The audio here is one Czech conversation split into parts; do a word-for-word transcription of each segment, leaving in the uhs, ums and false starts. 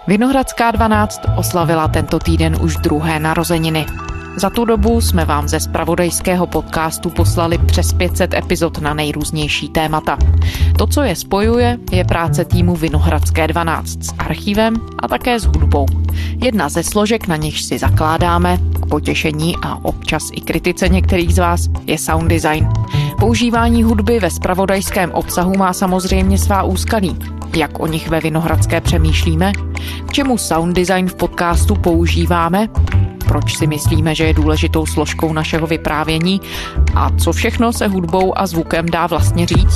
Vinohradská dvanáct oslavila tento týden už druhé narozeniny. Za tu dobu jsme vám ze zpravodajského podcastu poslali přes pět set epizod na nejrůznější témata. To, co je spojuje, je práce týmu Vinohradské dvanáct s archivem a také s hudbou. Jedna ze složek, na nichž si zakládáme, k potěšení a občas i kritice některých z vás, je sound design. Používání hudby ve zpravodajském obsahu má samozřejmě svá úskalí. Jak o nich ve Vinohradské přemýšlíme? K čemu sound design v podcastu používáme? Proč si myslíme, že je důležitou složkou našeho vyprávění? A co všechno se hudbou a zvukem dá vlastně říct?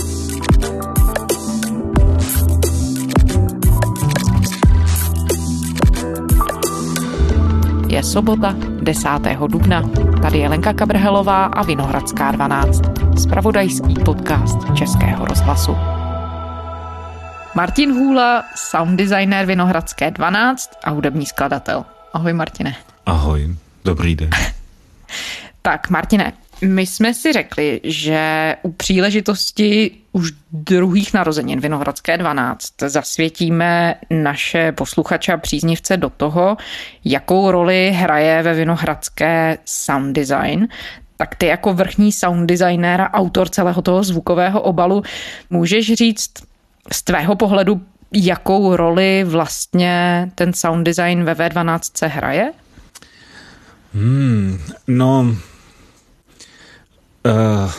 Je sobota, desátého dubna. Tady je Lenka Kabrhelová a Vinohradská dvanáct. Zpravodajský podcast Českého rozhlasu. Martin Hůla, sound designer Vinohradské dvanáct a hudební skladatel. Ahoj, Martine. Ahoj, dobrý den. Tak, Martine, my jsme si řekli, že u příležitosti už druhých narozenin Vinohradské dvanáct zasvětíme naše posluchače a příznivce do toho, jakou roli hraje ve Vinohradské sound design. Tak ty jako vrchní sound designer a autor celého toho zvukového obalu můžeš říct z tvého pohledu, jakou roli vlastně ten sound design ve vé dvanáct hraje? Hmm, no... Uh,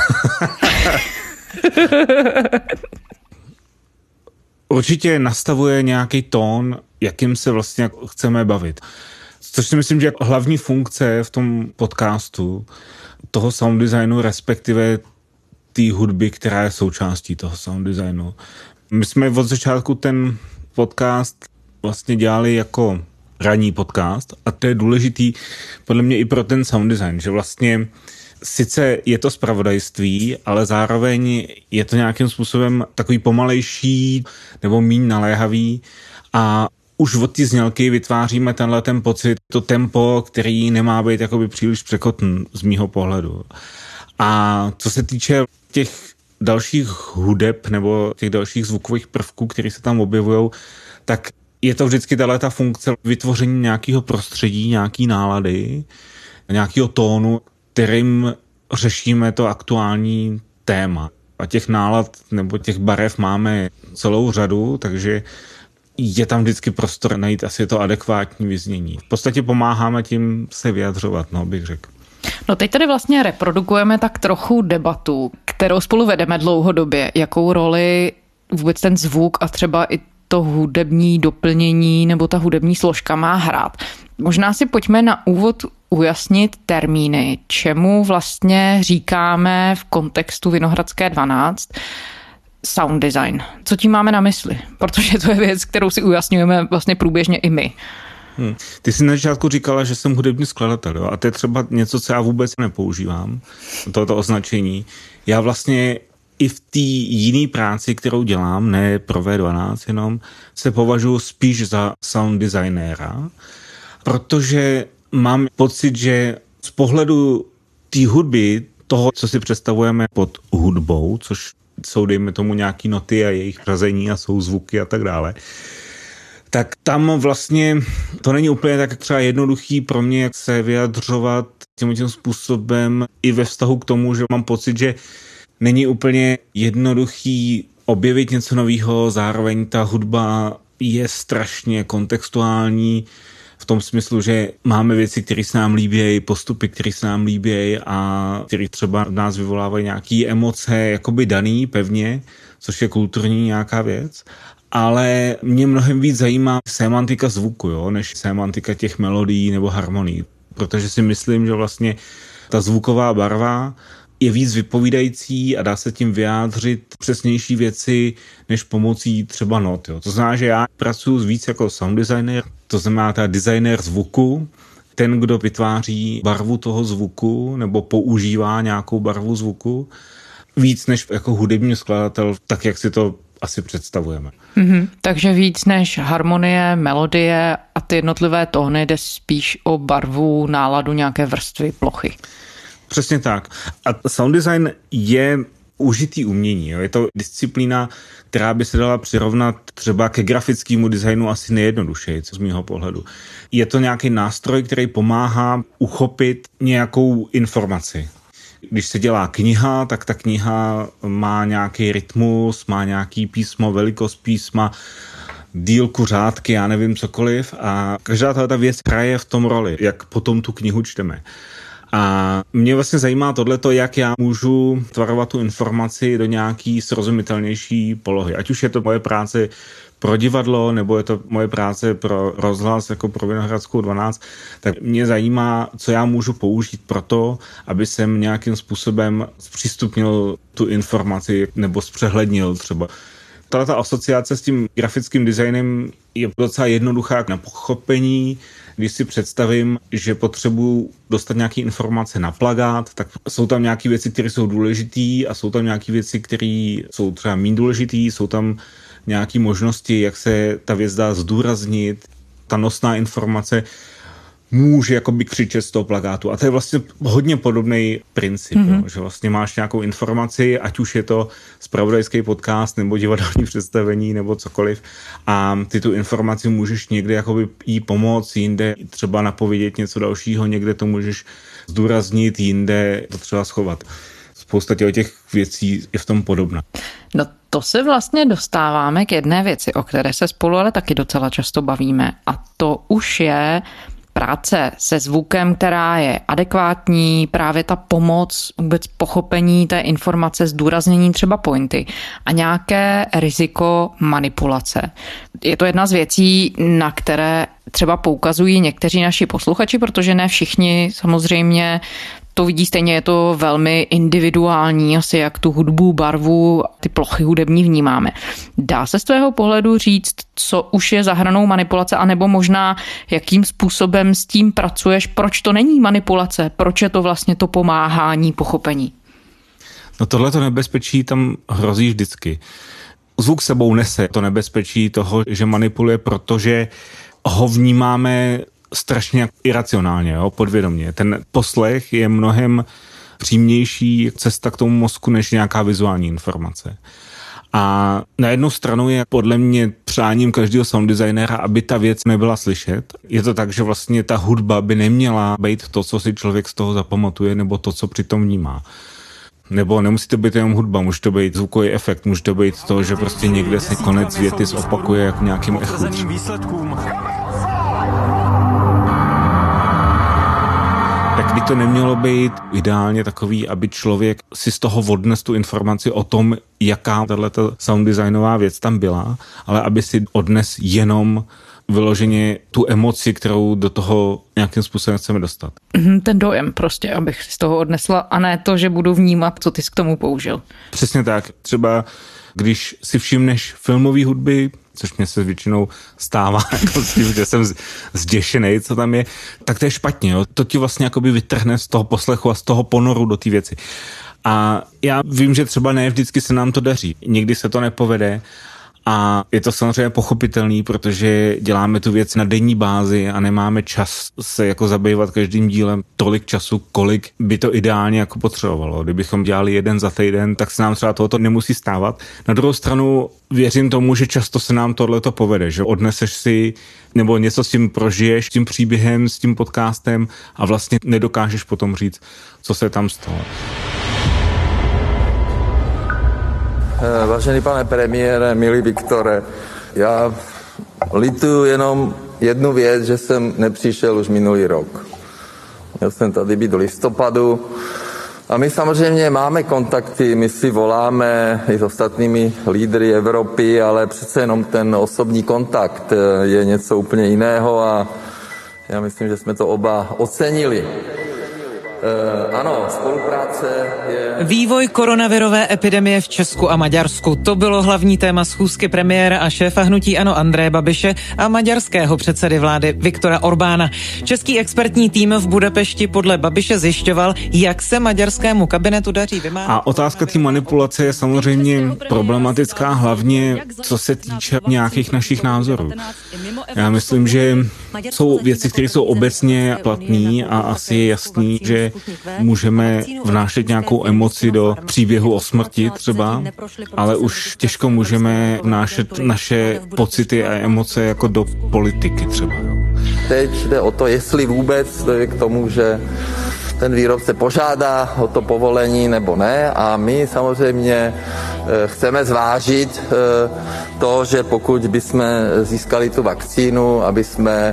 určitě nastavuje nějaký tón, jakým se vlastně chceme bavit. Což si myslím, že hlavní funkce v tom podcastu toho sound designu, respektive té hudby, která je součástí toho sound designu. My jsme od začátku ten podcast vlastně dělali jako ranní podcast a to je důležitý podle mě i pro ten sound design, že vlastně sice je to zpravodajství, ale zároveň je to nějakým způsobem takový pomalejší nebo míň naléhavý a už od té znělky vytváříme tenhle ten pocit, to tempo, který nemá být jakoby příliš překotný z mýho pohledu. A co se týče těch dalších hudeb nebo těch dalších zvukových prvků, které se tam objevují, tak je to vždycky tato funkce vytvoření nějakého prostředí, nějaký nálady, nějakého tónu, kterým řešíme to aktuální téma. A těch nálad nebo těch barev máme celou řadu, takže je tam vždycky prostor najít asi to adekvátní vyznění. V podstatě pomáháme tím se vyjadřovat, no, bych řekl. No teď tady vlastně reprodukujeme tak trochu debatu, kterou spolu vedeme dlouhodobě. Jakou roli vůbec ten zvuk a třeba i to hudební doplnění nebo ta hudební složka má hrát. Možná si pojďme na úvod ujasnit termíny, čemu vlastně říkáme v kontextu Vinohradské dvanáct sound design. Co tím máme na mysli? Protože to je věc, kterou si ujasňujeme vlastně průběžně i my. Hmm. Ty jsi na začátku říkala, že jsem hudební skladatel, jo? A to je třeba něco, co já vůbec nepoužívám, tohoto označení. Já vlastně i v té jiné práci, kterou dělám, ne pro vé dvanáct jenom, se považuji spíš za sound designéra, protože mám pocit, že z pohledu té hudby, toho, co si představujeme pod hudbou, což jsou, dejme tomu, nějaký noty a jejich řazení a souzvuky a tak dále, tak tam vlastně to není úplně tak třeba jednoduchý pro mě, jak se vyjadřovat tím, tím způsobem i ve vztahu k tomu, že mám pocit, že není úplně jednoduchý objevit něco nového, zároveň ta hudba je strašně kontextuální v tom smyslu, že máme věci, které se nám líbí, postupy, které se nám líbí a které třeba v nás vyvolávají nějaké emoce jakoby daný pevně, což je kulturní nějaká věc. Ale mě mnohem víc zajímá semantika zvuku, jo, než semantika těch melodií nebo harmonií, protože si myslím, že vlastně ta zvuková barva je víc vypovídající a dá se tím vyjádřit přesnější věci než pomocí třeba not. Jo. To znamená, že já pracuji víc jako sound designer, to znamená ta designer zvuku, ten, kdo vytváří barvu toho zvuku nebo používá nějakou barvu zvuku, víc než jako hudební skladatel, tak jak si to asi představujeme. Mm-hmm. Takže víc než harmonie, melodie a ty jednotlivé tóny jde spíš o barvu, náladu nějaké vrstvy plochy. Přesně tak. A sound design je užitý umění. Jo. Je to disciplína, která by se dala přirovnat třeba ke grafickému designu asi nejjednodušeji, z mýho pohledu. Je to nějaký nástroj, který pomáhá uchopit nějakou informaci. Když se dělá kniha, tak ta kniha má nějaký rytmus, má nějaký písmo, velikost písma, dílku, řádky, já nevím, cokoliv a každá tato věc hraje v tom roli, jak potom tu knihu čteme. A mě vlastně zajímá tohleto, jak já můžu tvarovat tu informaci do nějaký srozumitelnější polohy. Ať už je to moje práce pro divadlo, nebo je to moje práce pro rozhlas, jako pro Vinohradskou dvanáct, tak mě zajímá, co já můžu použít pro to, aby jsem nějakým způsobem zpřístupnil tu informaci nebo zpřehlednil třeba. Tato asociace s tím grafickým designem je docela jednoduchá na pochopení. Když si představím, že potřebuji dostat nějaké informace na plakát, tak jsou tam nějaké věci, které jsou důležité a jsou tam nějaké věci, které jsou třeba méně důležité, jsou tam nějaké možnosti, jak se ta věc dá zdůraznit. Ta nosná informace může jakoby křičet z toho plakátu. A to je vlastně hodně podobný princip, mm-hmm. jo, že vlastně máš nějakou informaci, ať už je to zpravodajský podcast nebo divadelní představení nebo cokoliv a ty tu informaci můžeš někde jakoby jí pomoct, jinde třeba napovědět něco dalšího, někde to můžeš zdůraznit, jinde to třeba schovat. Spousta těch věcí je v tom podobná. No to se vlastně dostáváme k jedné věci, o které se spolu ale taky docela často bavíme a to už je práce se zvukem, která je adekvátní, právě ta pomoc, vůbec pochopení té informace, zdůraznění třeba pointy a nějaké riziko manipulace. Je to jedna z věcí, na které třeba poukazují někteří naši posluchači, protože ne všichni samozřejmě to vidí stejně, je to velmi individuální, asi jak tu hudbu, barvu, ty plochy hudební vnímáme. Dá se z tvého pohledu říct, co už je za hranou manipulace, anebo možná jakým způsobem s tím pracuješ, proč to není manipulace, proč je to vlastně to pomáhání, pochopení? No tohleto nebezpečí tam hrozí vždycky. Zvuk sebou nese to nebezpečí toho, že manipuluje, protože ho vnímáme strašně iracionálně, jo, podvědomě. Ten poslech je mnohem přímější cesta k tomu mozku než nějaká vizuální informace. A na jednu stranu je podle mě přáním každého sound designera, aby ta věc nebyla slyšet. Je to tak, že vlastně ta hudba by neměla být to, co si člověk z toho zapamatuje, nebo to, co přitom vnímá. Nebo nemusí to být jenom hudba, může to být zvukový efekt, může to být to, že prostě někde se konec věty zopakuje jako nějakým echu. Tak by to nemělo být ideálně takový, aby člověk si z toho odnes tu informaci o tom, jaká tato sound designová věc tam byla, ale aby si odnes jenom vyloženě tu emoci, kterou do toho nějakým způsobem chceme dostat. Ten dojem prostě, abych si z toho odnesla a ne to, že budu vnímat, co ty jsi k tomu použil. Přesně tak. Třeba když si všimneš filmové hudby, což mě se většinou stává, jako s tím, že jsem zděšený, co tam je, tak to je špatně. Jo? To ti vlastně jakoby vytrhne z toho poslechu a z toho ponoru do té věci. A já vím, že třeba ne vždycky se nám to daří. Někdy se to nepovede a je to samozřejmě pochopitelný, protože děláme tu věc na denní bázi a nemáme čas se jako zabývat každým dílem tolik času, kolik by to ideálně jako potřebovalo. Kdybychom dělali jeden za týden, tak se nám třeba tohoto nemusí stávat. Na druhou stranu věřím tomu, že často se nám tohleto povede, že odneseš si nebo něco s tím prožiješ, s tím příběhem, s tím podcastem a vlastně nedokážeš potom říct, co se tam stalo. Vážený pane premiére, milý Viktore, já lituju jenom jednu věc, že jsem nepřišel už minulý rok. Měl jsem tady být v listopadu a my samozřejmě máme kontakty, my si voláme i s ostatními lídry Evropy, ale přece jenom ten osobní kontakt je něco úplně jiného a já myslím, že jsme to oba ocenili. Uh, ano, spolupráce je... Vývoj koronavirové epidemie v Česku a Maďarsku. To bylo hlavní téma schůzky premiéra a šéfa hnutí ANO Andreje Babiše a maďarského předsedy vlády Viktora Orbána. Český expertní tým v Budapešti podle Babiše zjišťoval, jak se maďarskému kabinetu daří vymáhat. A otázka té manipulace je samozřejmě problematická, hlavně co se týče nějakých našich názorů. Já myslím, že jsou věci, které jsou obecně platné a asi je jasný, že že můžeme vnášet nějakou emoci do příběhu o smrti třeba, ale už těžko můžeme vnášet naše pocity a emoce jako do politiky třeba. Teď jde o to, jestli vůbec dojde k tomu, že ten výrobce požádá o to povolení nebo ne, a my samozřejmě chceme zvážit to, že pokud bychom získali tu vakcínu, aby jsme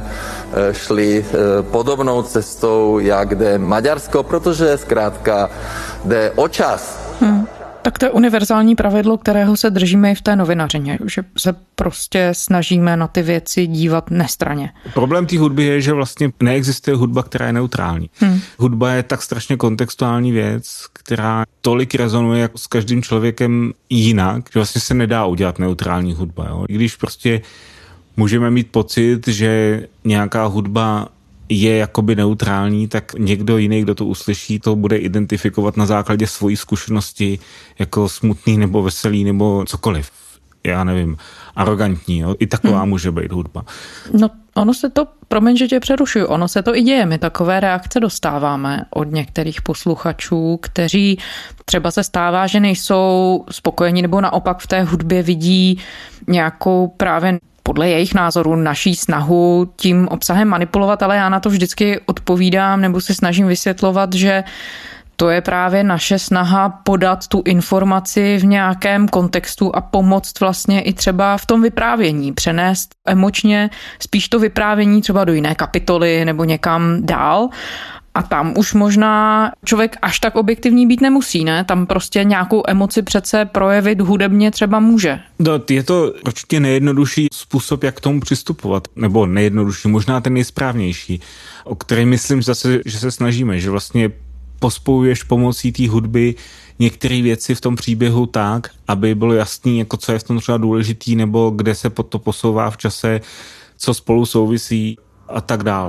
šli podobnou cestou, jak jde Maďarsko, protože zkrátka jde o čas. Hmm. Tak to je univerzální pravidlo, kterého se držíme i v té novinařině, že se prostě snažíme na ty věci dívat nestranně. Problém té hudby je, že vlastně neexistuje hudba, která je neutrální. Hmm. Hudba je tak strašně kontextuální věc, která tolik rezonuje jako s každým člověkem jinak, že vlastně se nedá udělat neutrální hudba. Jo? I když prostě můžeme mít pocit, že nějaká hudba je jakoby neutrální, tak někdo jiný, kdo to uslyší, to bude identifikovat na základě svojí zkušenosti jako smutný nebo veselý nebo cokoliv. Já nevím, arrogantní. Jo? I taková hmm. může být hudba. No ono se to, promiň, že tě přerušuju, ono se to i děje. My takové reakce dostáváme od některých posluchačů, kteří třeba se stává, že nejsou spokojeni nebo naopak v té hudbě vidí nějakou právě podle jejich názoru naší snahu tím obsahem manipulovat, ale já na to vždycky odpovídám nebo se snažím vysvětlovat, že to je právě naše snaha podat tu informaci v nějakém kontextu a pomoct vlastně i třeba v tom vyprávění, přenést emočně spíš to vyprávění třeba do jiné kapitoly nebo někam dál. A tam už možná člověk až tak objektivní být nemusí, ne? Tam prostě nějakou emoci přece projevit hudebně třeba může. No, je to určitě nejjednodušší způsob, jak k tomu přistupovat. Nebo nejjednodušší, možná ten nejsprávnější, o který myslím zase, že se snažíme, že vlastně pospojuješ pomocí té hudby některé věci v tom příběhu tak, aby bylo jasný, jako co je v tom třeba důležitý, nebo kde se pod to posouvá v čase, co spolu souvisí a tak dále.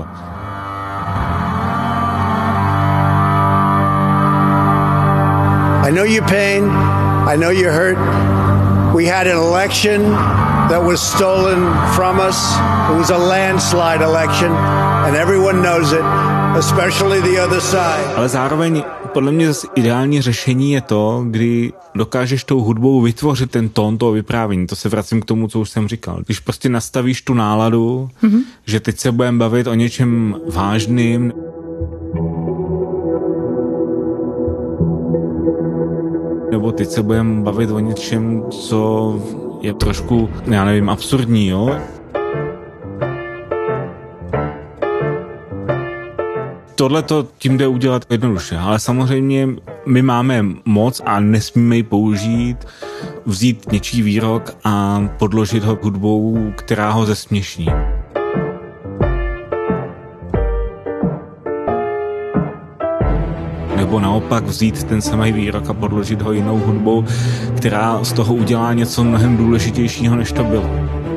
I know your pain. I know you're hurt. We had an election that was stolen from us. It was a landslide election, and everyone knows it, especially the other side. Ale zároveň podle mě zase ideální řešení je to, kdy dokážeš tou hudbou vytvořit ten tón toho vyprávění. To se vracím k tomu, co už jsem říkal. Když prostě nastavíš tu náladu, mm-hmm. že teď se budeme bavit o něčem vážným, nebo teď se budeme bavit o něčem, co je trošku, já nevím, absurdní, jo? Tohle to tím jde udělat jednoduše, ale samozřejmě my máme moc a nesmíme ji použít, vzít něčí výrok a podložit ho hudbou, která ho zesměšní. Nebo naopak vzít ten samý výrok a podložit ho jinou hudbou, která z toho udělá něco mnohem důležitějšího, než to bylo.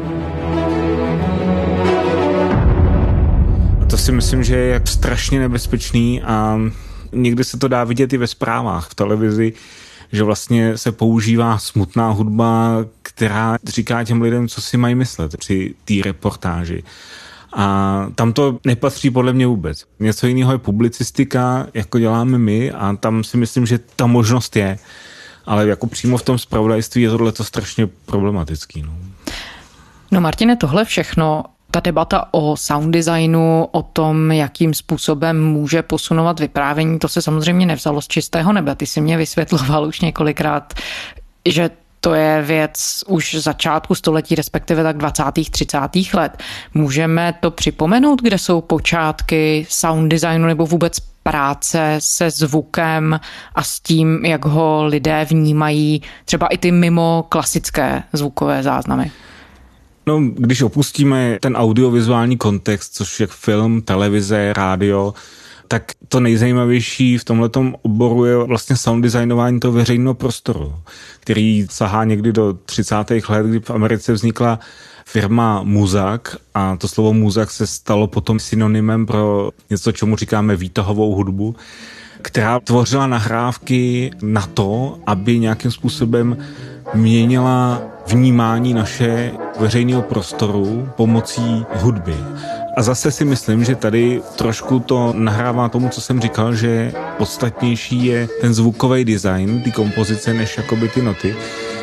A to si myslím, že je strašně nebezpečný a někdy se to dá vidět i ve zprávách v televizi, že vlastně se používá smutná hudba, která říká těm lidem, co si mají myslet při té reportáži. A tam to nepatří podle mě vůbec. Něco jiného je publicistika, jako děláme my, a tam si myslím, že ta možnost je. Ale jako přímo v tom zpravodajství je tohle to strašně problematický. No. no Martine, tohle všechno, ta debata o sound designu, o tom, jakým způsobem může posunovat vyprávění, to se samozřejmě nevzalo z čistého nebe. Ty jsi mě vysvětloval už několikrát, že to je věc už začátku století, respektive tak dvacátých třicátých let. Můžeme to připomenout, kde jsou počátky sound designu nebo vůbec práce se zvukem a s tím, jak ho lidé vnímají, třeba i ty mimo klasické zvukové záznamy? No, když opustíme ten audiovizuální kontext, což je film, televize, rádio, tak to nejzajímavější v tomhletom oboru je vlastně sound designování toho veřejného prostoru, který sahá někdy do třicátých let, kdy v Americe vznikla firma Muzak a to slovo Muzak se stalo potom synonymem pro něco, čemu říkáme výtahovou hudbu, která tvořila nahrávky na to, aby nějakým způsobem měnila vnímání naše veřejného prostoru pomocí hudby. A zase si myslím, že tady trošku to nahrává tomu, co jsem říkal, že podstatnější je ten zvukový design, ty kompozice, než jakoby ty noty.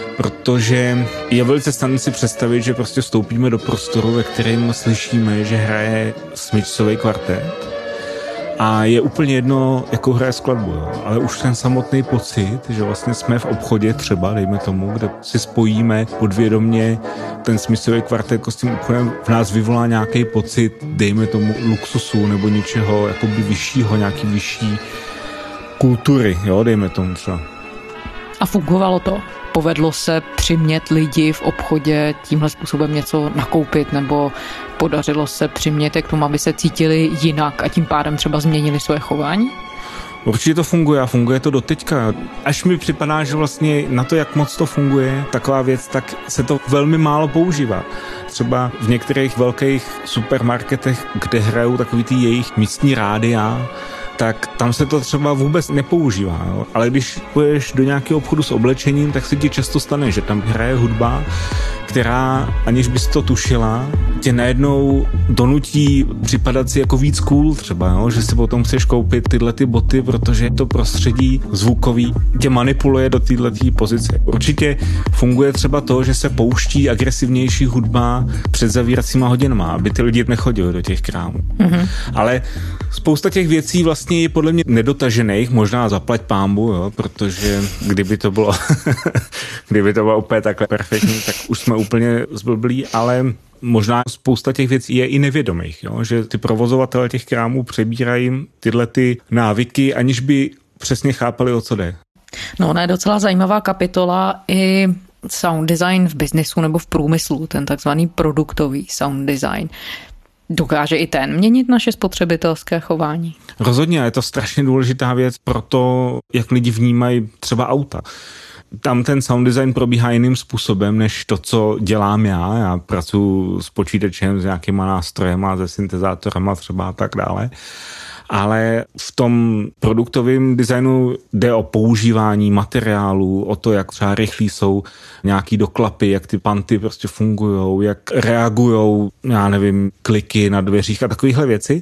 Protože je velice snadné si představit, že prostě vstoupíme do prostoru, ve kterém slyšíme, že hraje smyčcový kvartet. A je úplně jedno, jakou hraje skladbu, jo. Ale už ten samotný pocit, že vlastně jsme v obchodě třeba, dejme tomu, kde si spojíme podvědomě ten smyčcový kvartet s tím obchodem, v nás vyvolá nějaký pocit, dejme tomu, luxusu nebo něčeho jakoby vyššího, nějaký vyšší kultury, jo, dejme tomu třeba. A fungovalo to? Povedlo se přimět lidi v obchodě tímhle způsobem něco nakoupit, nebo podařilo se přimět k tomu, aby se cítili jinak a tím pádem třeba změnili svoje chování? Určitě to funguje a funguje to doteďka. Až mi připadá, že vlastně na to, jak moc to funguje, taková věc, tak se to velmi málo používá. Třeba v některých velkých supermarketech, kde hrajou takový ty jejich místní rádia, tak tam se to třeba vůbec nepoužívá. Jo? Ale když půjdeš do nějakého obchodu s oblečením, tak se ti často stane, že tam hraje hudba, která, aniž bys to tušila, tě najednou donutí připadat si jako víc cool třeba, jo? Že si potom chceš koupit tyhle ty boty, protože to prostředí zvukový tě manipuluje do této pozice. Určitě funguje třeba to, že se pouští agresivnější hudba před zavíracíma hodinama, aby ty lidi nechodili do těch krámů. Mm-hmm. Ale spousta těch věcí vlastně je podle mě nedotažených, možná zaplať pánbu, jo? Protože kdyby to bylo kdyby to bylo úplně takhle perfektní, tak už jsme úplně zblblí, ale možná spousta těch věcí je i nevědomých, jo? Že ty provozovatelé těch krámů přebírají tyhle ty návyky, aniž by přesně chápali, o co jde. No, ona je docela zajímavá kapitola i sound design v biznesu nebo v průmyslu, ten takzvaný produktový sound design. Dokáže i ten měnit naše spotřebitelské chování? Rozhodně, je to strašně důležitá věc pro to, jak lidi vnímají třeba auta. Tam ten sound design probíhá jiným způsobem, než to, co dělám já. Já pracuji s počítačem, s nějakýma nástrojema, se syntezátorama třeba a tak dále. Ale v tom produktovém designu jde o používání materiálů, o to, jak třeba rychlí jsou nějaký doklapy, jak ty panty prostě fungujou, jak reagujou, já nevím, kliky na dveřích a takovéhle věci.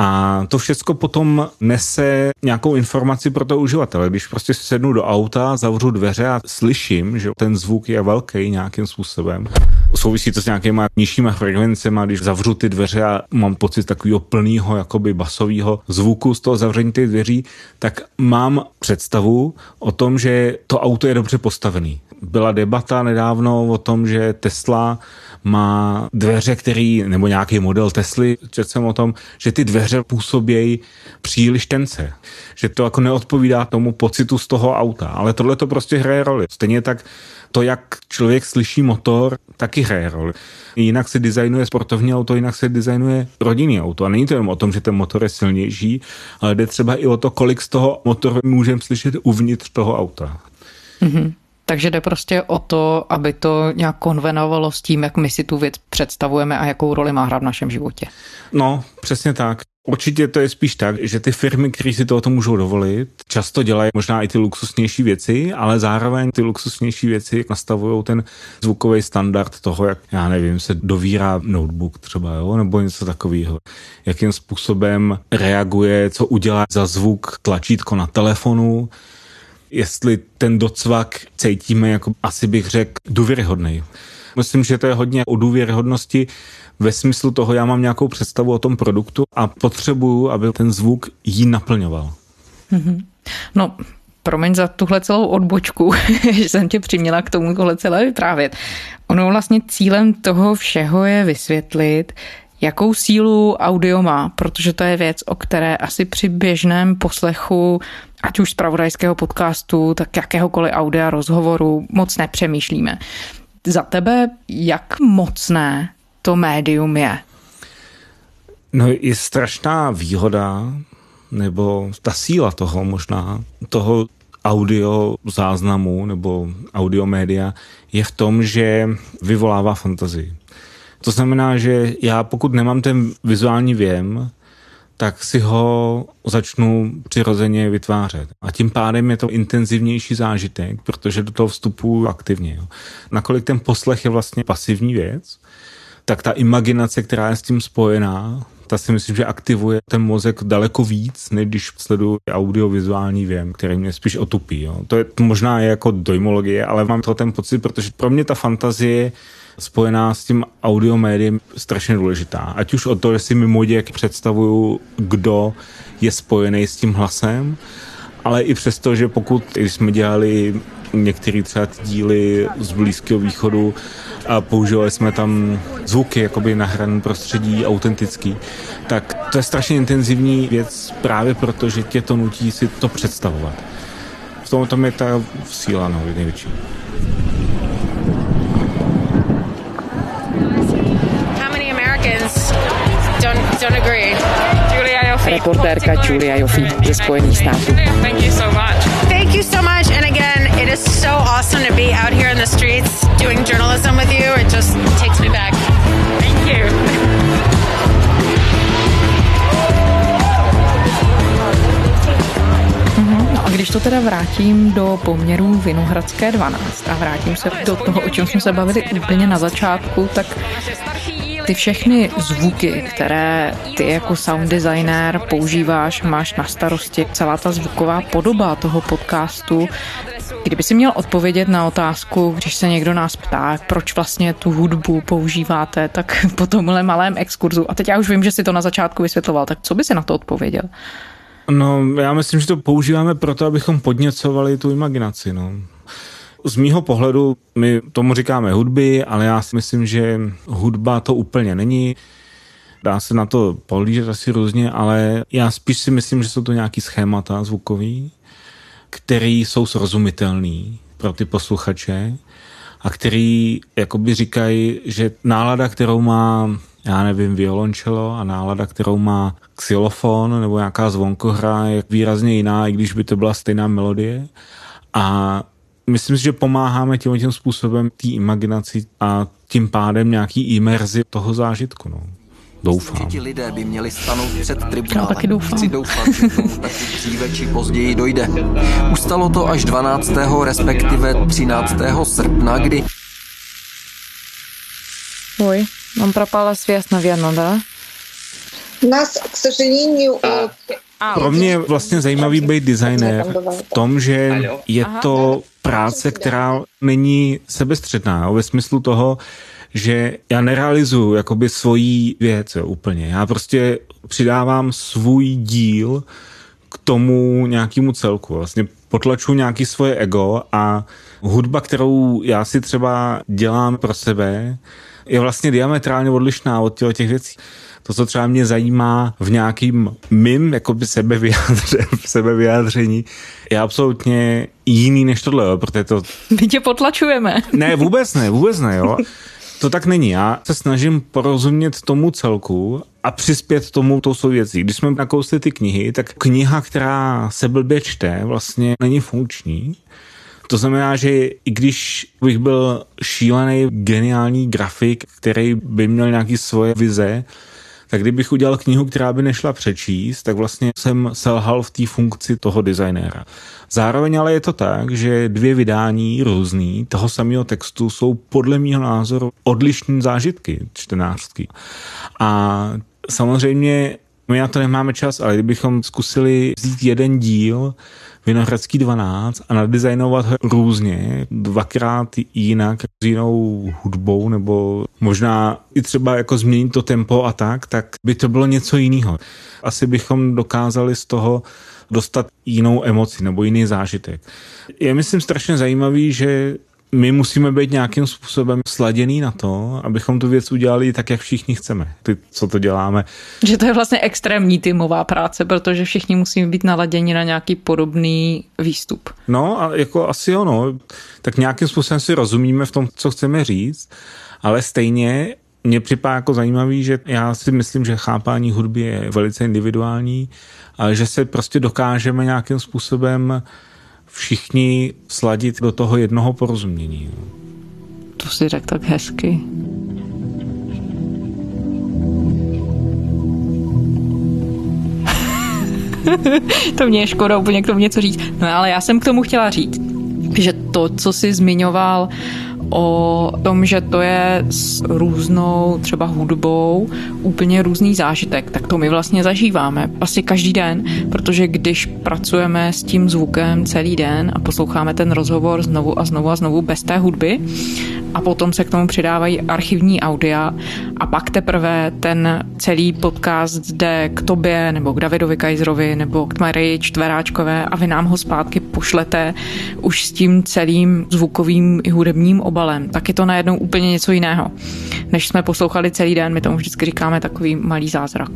A to všechno potom nese nějakou informaci pro toho uživatele. Když prostě sednu do auta, zavřu dveře a slyším, že ten zvuk je velký nějakým způsobem. Souvisí to s nějakýma nižšíma frekvencema, když zavřu ty dveře a mám pocit takového plného jakoby basového zvuku z toho zavření těch dveří, tak mám představu o tom, že to auto je dobře postavený. Byla debata nedávno o tom, že Tesla má dveře, který, nebo nějaký model Tesly, četl jsem o tom, že ty dveře působějí příliš tence. Že to jako neodpovídá tomu pocitu z toho auta. Ale tohle to prostě hraje roli. Stejně tak to, jak člověk slyší motor, taky hraje roli. Jinak se designuje sportovní auto, jinak se designuje rodinný auto. A není to jen o tom, že ten motor je silnější, ale jde třeba i o to, kolik z toho motoru můžeme slyšet uvnitř toho auta. Mm-hmm. Takže jde prostě o to, aby to nějak konvenovalo s tím, jak my si tu věc představujeme a jakou roli má hra v našem životě. No, přesně tak. Určitě to je spíš tak, že ty firmy, které si tohoto můžou dovolit, často dělají možná i ty luxusnější věci, ale zároveň ty luxusnější věci nastavují ten zvukový standard toho, jak, já nevím, se dovírá notebook třeba, jo, nebo něco takového. Jakým způsobem reaguje, co udělá za zvuk tlačítko na telefonu, jestli ten docvak cítíme, jako asi bych řekl, důvěryhodný. Myslím, že to je hodně o důvěryhodnosti ve smyslu toho, já mám nějakou představu o tom produktu a potřebuju, aby ten zvuk jí naplňoval. Mm-hmm. No, promiň za tuhle celou odbočku, že jsem tě přiměla k tomu tohle celé vyprávět. Ono vlastně cílem toho všeho je vysvětlit, jakou sílu audio má, protože to je věc, o které asi při běžném poslechu, ať už zpravodajského podcastu, tak jakéhokoliv audia rozhovoru moc nepřemýšlíme. Za tebe, jak mocné to médium je? No, je strašná výhoda, nebo ta síla toho možná, toho audio záznamu nebo audiomédia je v tom, že vyvolává fantazii. To znamená, že já pokud nemám ten vizuální věm, tak si ho začnu přirozeně vytvářet. A tím pádem je to intenzivnější zážitek, protože do toho vstupuju aktivně. Jo. Nakolik ten poslech je vlastně pasivní věc, tak ta imaginace, která je s tím spojená, ta si myslím, že aktivuje ten mozek daleko víc, než když sleduju audiovizuální věm, který mě spíš otupí. Jo. To je možná je jako dojmologie, ale mám to ten pocit, protože pro mě ta fantazie spojená s tím audiomédiem strašně důležitá. Ať už o to, že si mimo děk představuju, kdo je spojený s tím hlasem, ale i přesto, že pokud když jsme dělali některé třeba díly z Blízkého východu a používali jsme tam zvuky jakoby na hraný prostředí autentický, tak to je strašně intenzivní věc právě proto, že tě to nutí si to představovat. V tom tom je ta síla no, největší. Don't, don't agree. Julia Ioffe. Reportérka Julia Ioffe ze Spojených států. Thank you so much. Thank you so much. And again, it is so awesome to be out here in the streets doing journalism with you. It just takes me back. Thank you. A když to teda vrátím do poměrů Vinohradské dvanáct a vrátím se do toho, o čem jsme se bavili úplně na začátku, tak ty všechny zvuky, které ty jako sound designer používáš, máš na starosti, celá ta zvuková podoba toho podcastu, kdyby si měl odpovědět na otázku, když se někdo nás ptá, proč vlastně tu hudbu používáte, tak po tomhle malém exkurzu, a teď já už vím, že si to na začátku vysvětloval, tak co by si na to odpověděl? No, já myslím, že to používáme proto, abychom podněcovali tu imaginaci, no. Z mýho pohledu my tomu říkáme hudby, ale já si myslím, že hudba to úplně není. Dá se na to pohlížet asi různě, ale já spíš si myslím, že jsou to nějaký schémata zvukový, který jsou srozumitelný pro ty posluchače a který jakoby říkají, že nálada, kterou má, já nevím, violončelo a nálada, kterou má xylofon nebo nějaká zvonkohra, je výrazně jiná, i když by to byla stejná melodie. A myslím si, že pomáháme tím tím způsobem té imaginaci a tím pádem nějaký imerzi toho zážitku. No. Doufám. Ti lidé by měli stanout před tribunálem. Já taky doufám. Chci doufat, že tomu taky dříve či později dojde. Ustalo to až dvanáctého respektive třináctého srpna, kdy... Oj, нам пропала связь, наверное, да? Нас, к сожалению... Pro mě je vlastně zajímavý být designér v tom, že je to práce, která není sebestředná, jo, ve smyslu toho, že já nerealizuju jakoby svoji věc jo, úplně. Já prostě přidávám svůj díl k tomu nějakému celku. Vlastně potlačuji nějaký svoje ego a hudba, kterou já si třeba dělám pro sebe, je vlastně diametrálně odlišná od těch věcí. To, co třeba mě zajímá v nějakým mým jakoby sebevyjádře, sebevyjádření, je absolutně jiný než tohle, jo, protože to... My tě potlačujeme. Ne, vůbec ne, vůbec ne, jo. To tak není. Já se snažím porozumět tomu celku a přispět tomu tou svou věcí. Když jsme nakousli ty knihy, tak kniha, která se blbě čte, vlastně není funkční. To znamená, že i když bych byl šílený, geniální grafik, který by měl nějaký svoje vize, tak kdybych udělal knihu, která by nešla přečíst, tak vlastně jsem selhal v té funkci toho designéra. Zároveň ale je to tak, že dvě vydání různý toho samého textu jsou podle mého názoru odlišné zážitky čtenářský. A samozřejmě my na to nemáme čas, ale kdybychom zkusili vzít jeden díl Vinohradský dvanáct a nadizajnovat ho různě, dvakrát jinak, s jinou hudbou, nebo možná i třeba jako změnit to tempo a tak, tak by to bylo něco jiného. Asi bychom dokázali z toho dostat jinou emoci nebo jiný zážitek. Je myslím strašně zajímavý, že my musíme být nějakým způsobem sladěný na to, abychom tu věc udělali tak, jak všichni chceme. Ty, co to děláme. Že to je vlastně extrémní týmová práce, protože všichni musí být naladěni na nějaký podobný výstup. No a jako asi ono, tak nějakým způsobem si rozumíme v tom, co chceme říct, ale stejně mě připadá jako zajímavý, že já si myslím, že chápání hudby je velice individuální, ale že se prostě dokážeme nějakým způsobem všichni sladit do toho jednoho porozumění. To si řekl tak hezky. To mě je škoda úplně k tomu něco říct. No ale já jsem k tomu chtěla říct, že to, co jsi zmiňoval o tom, že to je s různou třeba hudbou úplně různý zážitek, tak to my vlastně zažíváme asi každý den, protože když pracujeme s tím zvukem celý den a posloucháme ten rozhovor znovu a znovu a znovu bez té hudby a potom se k tomu přidávají archivní audia a pak teprve ten celý podcast jde k tobě nebo k Davidovi Kajzrovi nebo k Marii Čtveráčkové a vy nám ho zpátky pošlete už s tím celým zvukovým i hudebním obalem, tak je to najednou úplně něco jiného. Než jsme poslouchali celý den, my tomu vždycky říkáme takový malý zázrak.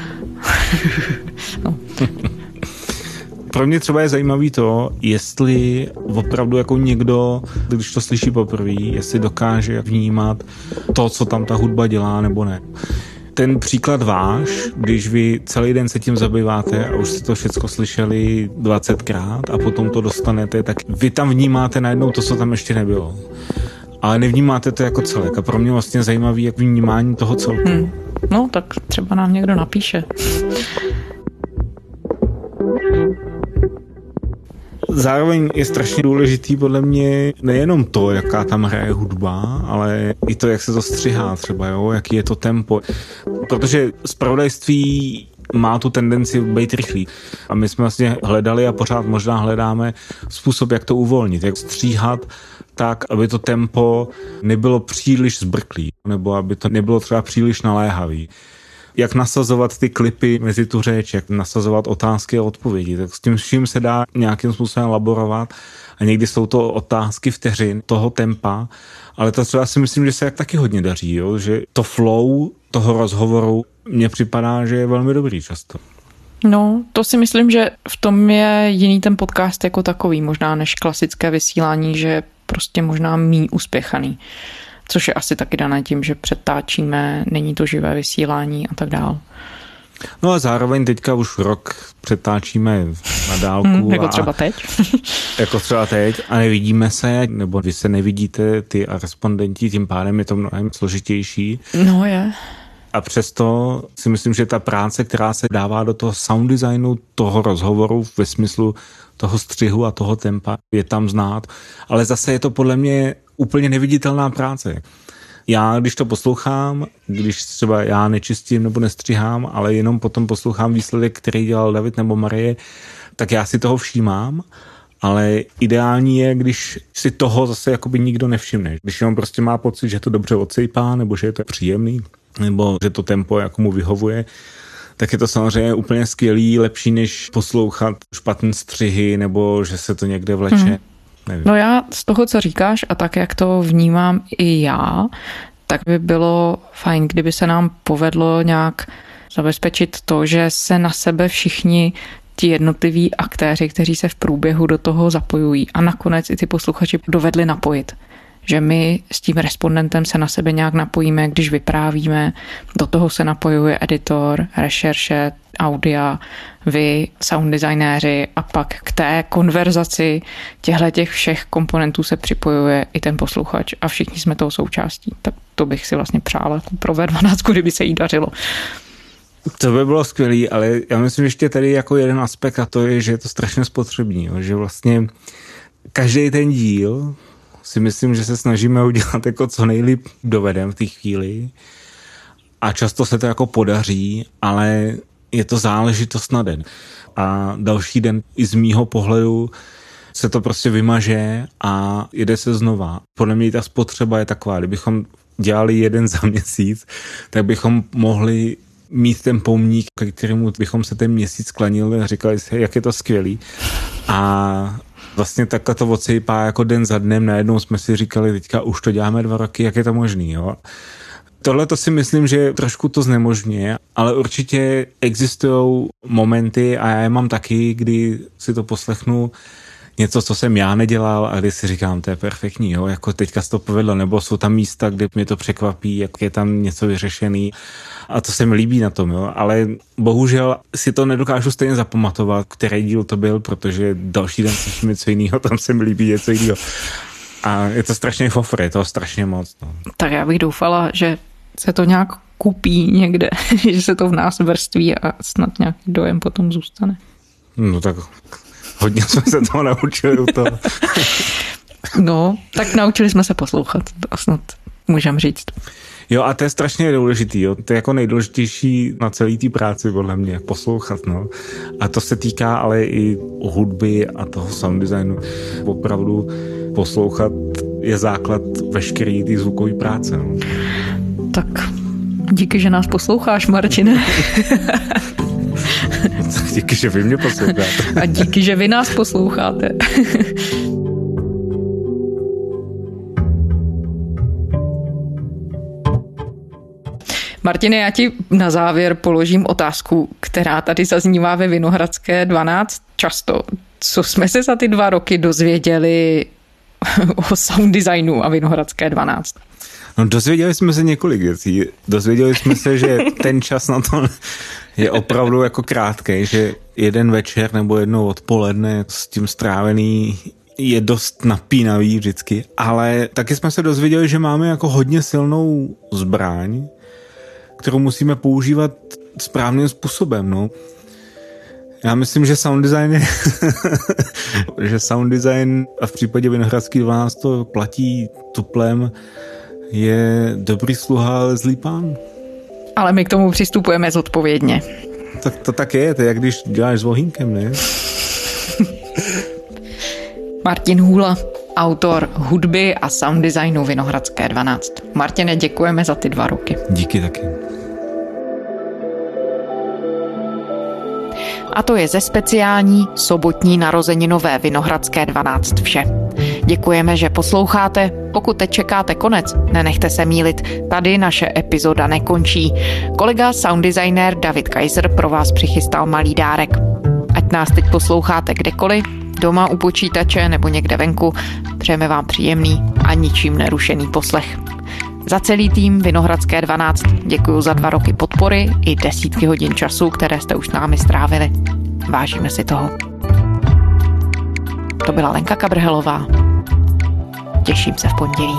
No. Pro mě třeba je zajímavý to, jestli opravdu jako někdo, když to slyší poprvé, jestli dokáže vnímat to, co tam ta hudba dělá, nebo ne. Ten příklad váš, když vy celý den se tím zabýváte a už jste to všechno slyšeli dvacetkrát a potom to dostanete, tak vy tam vnímáte najednou to, co tam ještě nebylo. Ale nevnímáte to jako celek. A pro mě vlastně zajímavý jak vnímání toho celku. Hmm. No, tak třeba nám někdo napíše. Zároveň je strašně důležitý podle mě nejenom to, jaká tam hraje hudba, ale i to, jak se to střihá třeba, jo, jaký je to tempo. Protože zpravodajství má tu tendenci být rychlý. A my jsme vlastně hledali a pořád možná hledáme způsob, jak to uvolnit, jak stříhat tak, aby to tempo nebylo příliš zbrklý, nebo aby to nebylo třeba příliš naléhavý. Jak nasazovat ty klipy mezi tu řeč, jak nasazovat otázky a odpovědi. Tak s tím vším se dá nějakým způsobem laborovat a někdy jsou to otázky vteřin toho tempa, ale to třeba si myslím, že se jak taky hodně daří, jo? Že to flow toho rozhovoru mně připadá, že je velmi dobrý často. No, to si myslím, že v tom je jiný ten podcast jako takový, možná než klasické vysílání, že je prostě možná míň uspěchaný. Což je asi taky dané tím, že přetáčíme, není to živé vysílání a tak dál. No a zároveň teďka už rok přetáčíme na dálku. Hmm, jako třeba teď. Jako třeba teď a nevidíme se, nebo vy se nevidíte, ty a respondenti, tím pádem je to mnohem složitější. No je. A přesto si myslím, že ta práce, která se dává do toho sound designu, toho rozhovoru ve smyslu toho střihu a toho tempa, je tam znát. Ale zase je to podle mě úplně neviditelná práce. Já, když to poslouchám, když třeba já nečistím nebo nestřihám, ale jenom potom poslouchám výsledek, který dělal David nebo Marie, tak já si toho všímám, ale ideální je, když si toho zase jakoby nikdo nevšimne. Když on prostě má pocit, že to dobře odsejpá, nebo že je to příjemný, nebo že to tempo jako mu vyhovuje, tak je to samozřejmě úplně skvělý, lepší než poslouchat špatné střihy, nebo že se to někde vleče. Hmm. Nevím. No já z toho, co říkáš a tak, jak to vnímám i já, tak by bylo fajn, kdyby se nám povedlo nějak zabezpečit to, že se na sebe všichni ti jednotliví aktéři, kteří se v průběhu do toho zapojují a nakonec i ty posluchači dovedli napojit. Že my s tím respondentem se na sebe nějak napojíme, když vyprávíme, do toho se napojuje editor, rešerše, audia, vy, sound designéři a pak k té konverzaci těchto všech komponentů se připojuje i ten posluchač a všichni jsme toho součástí. Tak to bych si vlastně přála pro vé dvanáct, kdyby se jí dařilo. To by bylo skvělý, ale já myslím ještě tady jako jeden aspekt a to je, že je to strašně spotřební, jo? Že vlastně každý ten díl si myslím, že se snažíme udělat jako co nejlíp dovedem v té chvíli a často se to jako podaří, ale je to záležitost na den. A další den i z mýho pohledu se to prostě vymaže a jede se znova. Podle mě ta spotřeba je taková, kdybychom dělali jeden za měsíc, tak bychom mohli mít ten pomník, ke kterému bychom se ten měsíc sklanili a říkali si, jak je to skvělý. A vlastně takhle to odsejpá jako den za dnem, najednou jsme si říkali, teďka už to děláme dva roky, jak je to možný, jo? Tohle to si myslím, že trošku to znemožňuje, ale určitě existují momenty a já je mám taky, kdy si to poslechnu něco, co jsem já nedělal a kdy si říkám, to je perfektní, jo? Jako teďka se to povedlo, nebo jsou tam místa, kde mě to překvapí, jak je tam něco vyřešený a to se mi líbí na tom, jo? Ale bohužel si to nedokážu stejně zapamatovat, který díl to byl, protože další den slyším něco jiného, tam se mi líbí něco jiného. A je to strašně fofr, je to strašně moc. No. Tak já bych doufala, že se to nějak kupí někde, že se to v nás vrství a snad nějaký dojem potom zůstane. No tak hodně jsme se toho naučili u toho. No, tak naučili jsme se poslouchat, to snad můžem říct. Jo, a to je strašně důležitý, jo. To je jako nejdůležitější na celý té práci, podle mě, poslouchat, no. A to se týká ale i hudby a toho sound designu. Opravdu poslouchat je základ veškerý té zvukové práce, no. Tak díky, že nás posloucháš, Martine. Díky, že vy mě posloucháte. A díky, že vy nás posloucháte. Martine, já ti na závěr položím otázku, která tady zaznívá ve Vinohradské dvanáct často. Co jsme se za ty dva roky dozvěděli o sound designu a Vinohradské dvanáct? No, dozvěděli jsme se několik věcí. Dozvěděli jsme se, že ten čas na to je opravdu jako krátký, že jeden večer nebo jedno odpoledne s tím strávený je dost napínavý vždycky, ale taky jsme se dozvěděli, že máme jako hodně silnou zbraň, kterou musíme používat správným způsobem, no. Já myslím, že sound design je, že sound design a v případě Vinohradský dvanáct to platí tuplem, je dobrý sluha, ale zlý pán. Ale my k tomu přistupujeme zodpovědně. Tak to tak je, to je jak když děláš s vohýnkem, ne? Martin Hůla, autor hudby a sound designu Vinohradské dvanáct. Martine, děkujeme za ty dva roky. Díky taky. A to je ze speciální sobotní narozeninové Vinohradské dvanáct vše. Děkujeme, že posloucháte. Pokud teď čekáte konec, nenechte se mýlit. Tady naše epizoda nekončí. Kolega sound designer David Kaiser pro vás přichystal malý dárek. Ať nás teď posloucháte kdekoliv, doma u počítače nebo někde venku, přejeme vám příjemný a ničím nerušený poslech. Za celý tým Vinohradské dvanáct děkuji za dva roky podpory i desítky hodin času, které jste už s námi strávili. Vážíme si toho. To byla Lenka Kabrhelová. Těším se v pondělí.